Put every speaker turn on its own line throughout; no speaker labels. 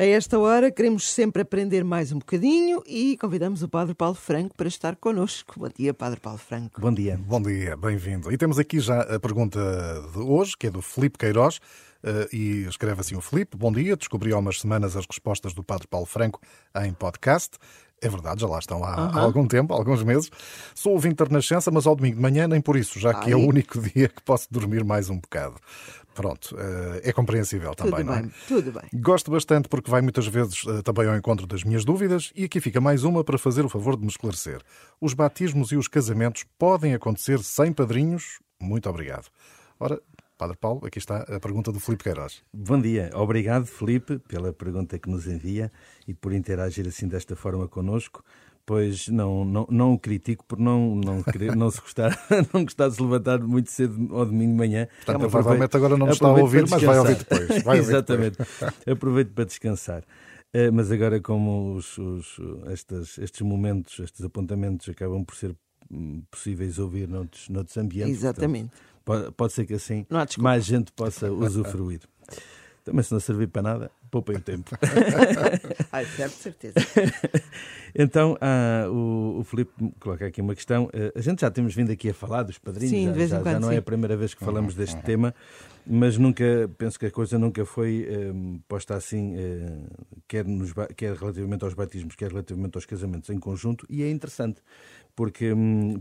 A esta hora queremos sempre aprender mais um bocadinho e convidamos o Padre Paulo Franco para estar connosco. Bom dia, Padre Paulo Franco.
Bom dia.
Bom dia, bem-vindo. E temos aqui já a pergunta de hoje, que é do Filipe Queiroz, e escreve assim o Filipe. Bom dia, descobri há umas semanas as respostas do Padre Paulo Franco em podcast. É verdade, já lá estão há algum tempo, há alguns meses. Sou ouvinte da Renascença, mas ao domingo de manhã nem por isso, já que é o único dia que posso dormir mais um bocado. Pronto, é compreensível também,
Tudo
não é?
bem, tudo bem.
Gosto bastante porque vai muitas vezes também ao encontro das minhas dúvidas e aqui fica mais uma para fazer o favor de me esclarecer. Os batismos e os casamentos podem acontecer sem padrinhos? Muito obrigado. Ora, Padre Paulo, aqui está a pergunta do Filipe Queiroz.
Bom dia. Obrigado, Filipe, pela pergunta que nos envia e por interagir assim desta forma connosco, pois não o critico por não gostar de se levantar muito cedo ao domingo de manhã.
Portanto, provavelmente agora não nos está a ouvir, mas vai ouvir depois.
Exatamente. Aproveito para descansar. Mas agora, como estes momentos, estes apontamentos acabam por ser possíveis ouvir noutros ambientes.
Exatamente.
Portanto, pode ser que assim
desculpa.
mais gente possa usufruir. Também se não servir para nada, poupem o tempo.
Certo, certeza.
Então, o Filipe coloca aqui uma questão. A gente já temos vindo aqui a falar dos padrinhos,
sim,
já não é a primeira vez que falamos deste tema, mas penso que a coisa nunca foi posta assim, quer relativamente aos batismos, quer relativamente aos casamentos em conjunto, e é interessante, porque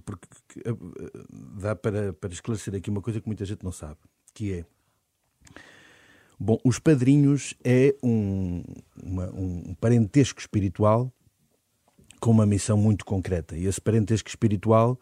dá para esclarecer aqui uma coisa que muita gente não sabe, que é: bom, os padrinhos é um parentesco espiritual com uma missão muito concreta. E esse parentesco espiritual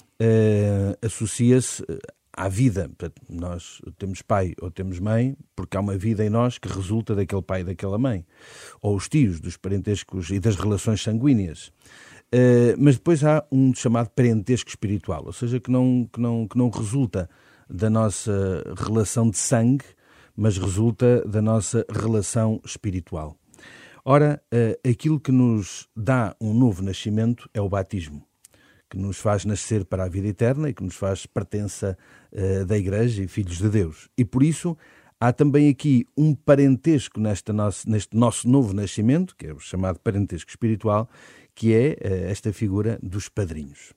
associa-se à vida. Portanto, nós temos pai ou temos mãe porque há uma vida em nós que resulta daquele pai e daquela mãe. Ou os tios, dos parentescos e das relações sanguíneas. Mas depois há um chamado parentesco espiritual, ou seja, que não resulta da nossa relação de sangue, mas resulta da nossa relação espiritual. Ora, aquilo que nos dá um novo nascimento é o batismo, que nos faz nascer para a vida eterna e que nos faz pertença da Igreja e filhos de Deus. E por isso há também aqui um parentesco neste nosso novo nascimento, que é o chamado parentesco espiritual, que é esta figura dos padrinhos.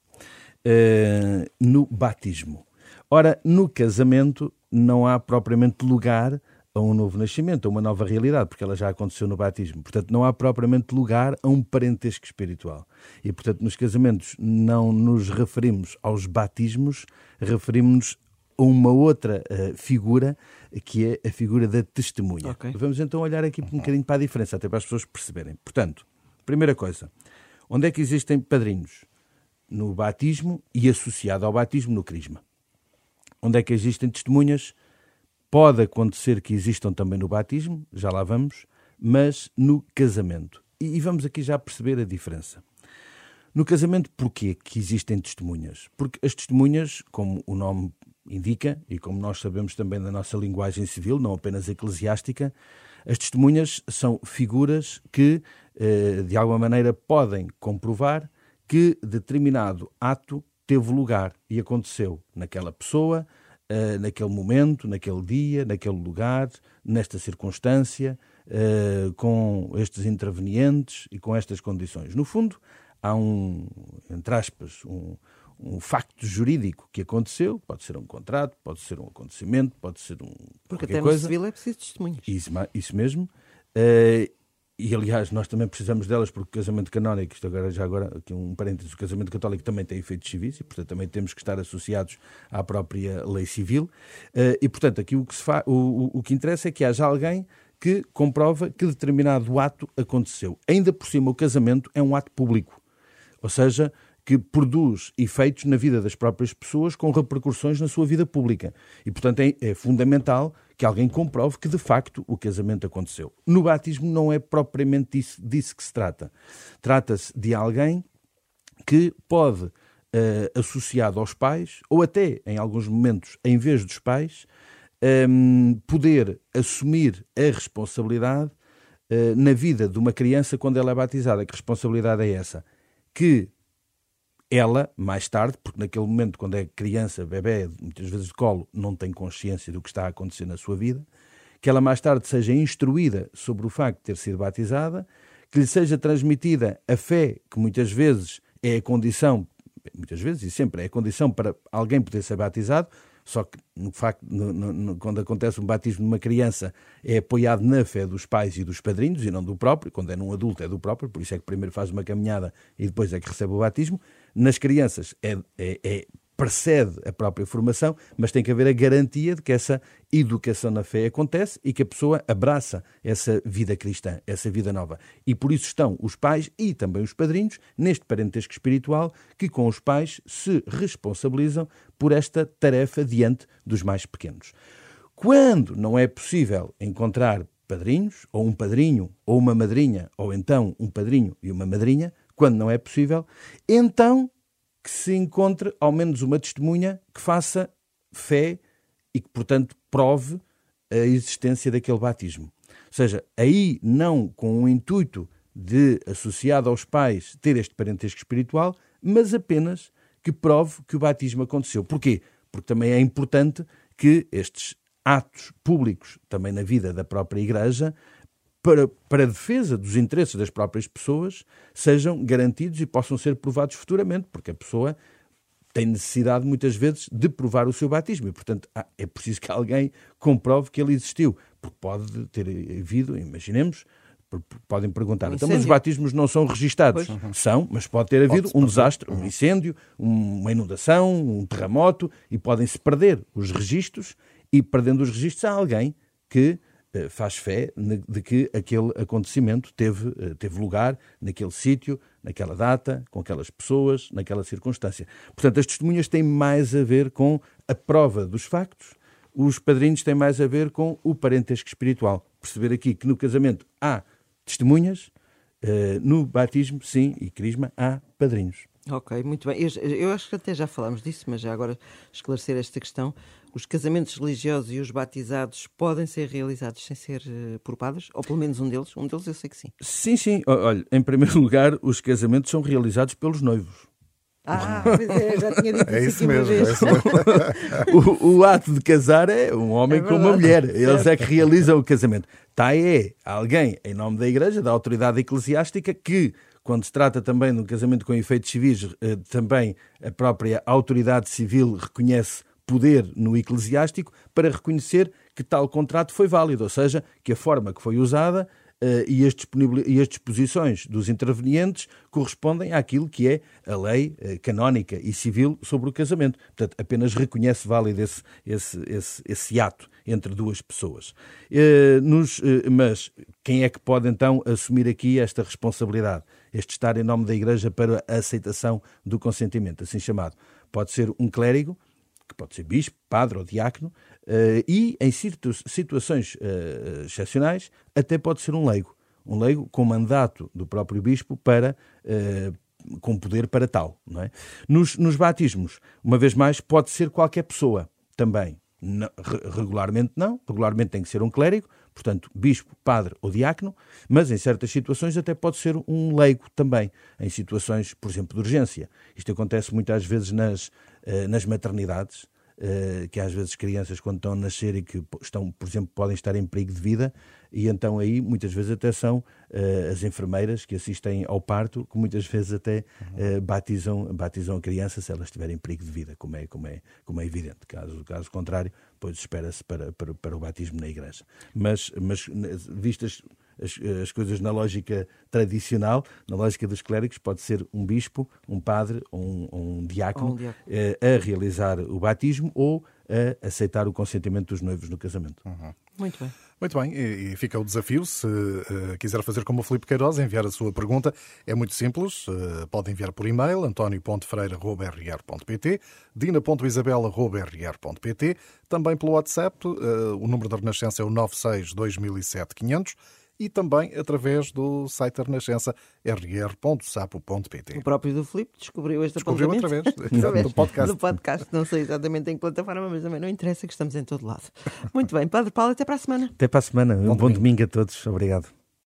No batismo. Ora, no casamento não há propriamente lugar a um novo nascimento, a uma nova realidade, porque ela já aconteceu no batismo. Portanto, não há propriamente lugar a um parentesco espiritual. E, portanto, nos casamentos não nos referimos aos batismos, referimos a uma outra figura, que é a figura da testemunha.
Okay.
Vamos então olhar aqui um bocadinho para a diferença, até para as pessoas perceberem. Portanto, primeira coisa, onde é que existem padrinhos? No batismo e associado ao batismo no crisma. Onde é que existem testemunhas? Pode acontecer que existam também no batismo, já lá vamos, mas no casamento. E vamos aqui já perceber a diferença. No casamento, porquê que existem testemunhas? Porque as testemunhas, como o nome indica, e como nós sabemos também da nossa linguagem civil, não apenas eclesiástica, as testemunhas são figuras que, de alguma maneira, podem comprovar que determinado ato teve lugar e aconteceu naquela pessoa, naquele momento, naquele dia, naquele lugar, nesta circunstância, com estes intervenientes e com estas condições. No fundo, há entre aspas, um facto jurídico que aconteceu, pode ser um contrato, pode ser um acontecimento, pode ser
porque até
coisa.
No civil é preciso testemunhas.
Isso mesmo. E, aliás, nós também precisamos delas porque o casamento canónico, já agora aqui um parênteses, o casamento católico também tem efeitos civis e, portanto, também temos que estar associados à própria lei civil. E, portanto, aqui o que interessa é que haja alguém que comprova que determinado ato aconteceu. Ainda por cima, o casamento é um ato público, ou seja, que produz efeitos na vida das próprias pessoas com repercussões na sua vida pública. E, portanto, é fundamental que alguém comprove que, de facto, o casamento aconteceu. No batismo não é propriamente disso que se trata. Trata-se de alguém que pode, associado aos pais, ou até, em alguns momentos, em vez dos pais, poder assumir a responsabilidade na vida de uma criança quando ela é batizada. Que responsabilidade é essa? Que ela, mais tarde, porque naquele momento, quando é criança, bebé, muitas vezes de colo, não tem consciência do que está a acontecer na sua vida, que ela mais tarde seja instruída sobre o facto de ter sido batizada, que lhe seja transmitida a fé, que muitas vezes é a condição, muitas vezes e sempre é a condição para alguém poder ser batizado, só que no facto, quando acontece um batismo de uma criança, é apoiado na fé dos pais e dos padrinhos e não do próprio. Quando é num adulto é do próprio, por isso é que primeiro faz uma caminhada e depois é que recebe o batismo. Nas crianças precede a própria formação, mas tem que haver a garantia de que essa educação na fé acontece e que a pessoa abraça essa vida cristã, essa vida nova. E por isso estão os pais e também os padrinhos neste parentesco espiritual que com os pais se responsabilizam por esta tarefa diante dos mais pequenos. Quando não é possível encontrar padrinhos, ou um padrinho, ou uma madrinha, ou então um padrinho e uma madrinha, quando não é possível, então que se encontre ao menos uma testemunha que faça fé e que, portanto, prove a existência daquele batismo. Ou seja, aí não com o intuito de, associado aos pais, ter este parentesco espiritual, mas apenas que prove que o batismo aconteceu. Porquê? Porque também é importante que estes atos públicos, também na vida da própria Igreja, para a defesa dos interesses das próprias pessoas, sejam garantidos e possam ser provados futuramente, porque a pessoa tem necessidade, muitas vezes, de provar o seu batismo. E, portanto, é preciso que alguém comprove que ele existiu. Porque pode ter havido, imaginemos, podem perguntar, então, mas os batismos não são registados? São, mas pode ter havido um desastre, um incêndio, uma inundação, um terremoto, e podem-se perder os registros, e perdendo os registros há alguém que faz fé de que aquele acontecimento teve lugar naquele sítio, naquela data, com aquelas pessoas, naquela circunstância. Portanto, as testemunhas têm mais a ver com a prova dos factos, os padrinhos têm mais a ver com o parentesco espiritual. Perceber aqui que no casamento há testemunhas, no batismo, sim, e crisma, há padrinhos.
Ok, muito bem. Eu acho que até já falámos disso, mas já agora esclarecer esta questão. Os casamentos religiosos e os batizados podem ser realizados sem ser por padres? Ou pelo menos um deles? Um deles eu sei que sim.
Sim, sim. Olha, em primeiro lugar, os casamentos são realizados pelos noivos.
Pois é, já tinha dito isso aqui
mesmo,
uma vez.
O ato de casar é um homem com uma mulher. Eles é que realizam o casamento. Alguém, em nome da Igreja, da autoridade eclesiástica, que, quando se trata também de um casamento com efeitos civis, também a própria autoridade civil reconhece poder no eclesiástico para reconhecer que tal contrato foi válido, ou seja, que a forma que foi usada e as disposições dos intervenientes correspondem àquilo que é a lei canónica e civil sobre o casamento. Portanto, apenas reconhece válido esse ato entre duas pessoas. Mas quem é que pode então assumir aqui esta responsabilidade? Este estar em nome da Igreja para a aceitação do consentimento, assim chamado. Pode ser um clérigo, que pode ser bispo, padre ou diácono, e em situações excepcionais até pode ser um leigo com mandato do próprio bispo com poder para tal. Não é? Nos batismos, uma vez mais, pode ser qualquer pessoa também. Regularmente não, regularmente tem que ser um clérigo, portanto bispo, padre ou diácono, mas em certas situações até pode ser um leigo também, em situações, por exemplo, de urgência. Isto acontece muitas vezes nas maternidades, que às vezes crianças quando estão a nascer e que estão, por exemplo, podem estar em perigo de vida, e então aí muitas vezes até são as enfermeiras que assistem ao parto, que muitas vezes até batizam a criança se ela estiver em perigo de vida, como é evidente. Caso contrário, pois espera-se para o batismo na igreja. Mas vistas as coisas na lógica tradicional, na lógica dos clérigos, pode ser um bispo, um padre ou um diácono a realizar o batismo ou a aceitar o consentimento dos noivos no casamento.
Muito bem.
Muito bem, e fica o desafio, se quiser fazer como o Filipe Queiroz, enviar a sua pergunta. É muito simples, pode enviar por e-mail, antonio.freire@rr.pt, dina.isabel@rr.pt, também pelo WhatsApp, o número da Renascença é o 96-2007-500, e também através do site da Renascença, rr.sapo.pt.
O próprio do Filipe descobriu
através do podcast.
Não sei exatamente em que plataforma, mas também não interessa, que estamos em todo lado. Muito bem, Padre Paulo, até para a semana.
Até para a semana. Um bom domingo a todos. Obrigado.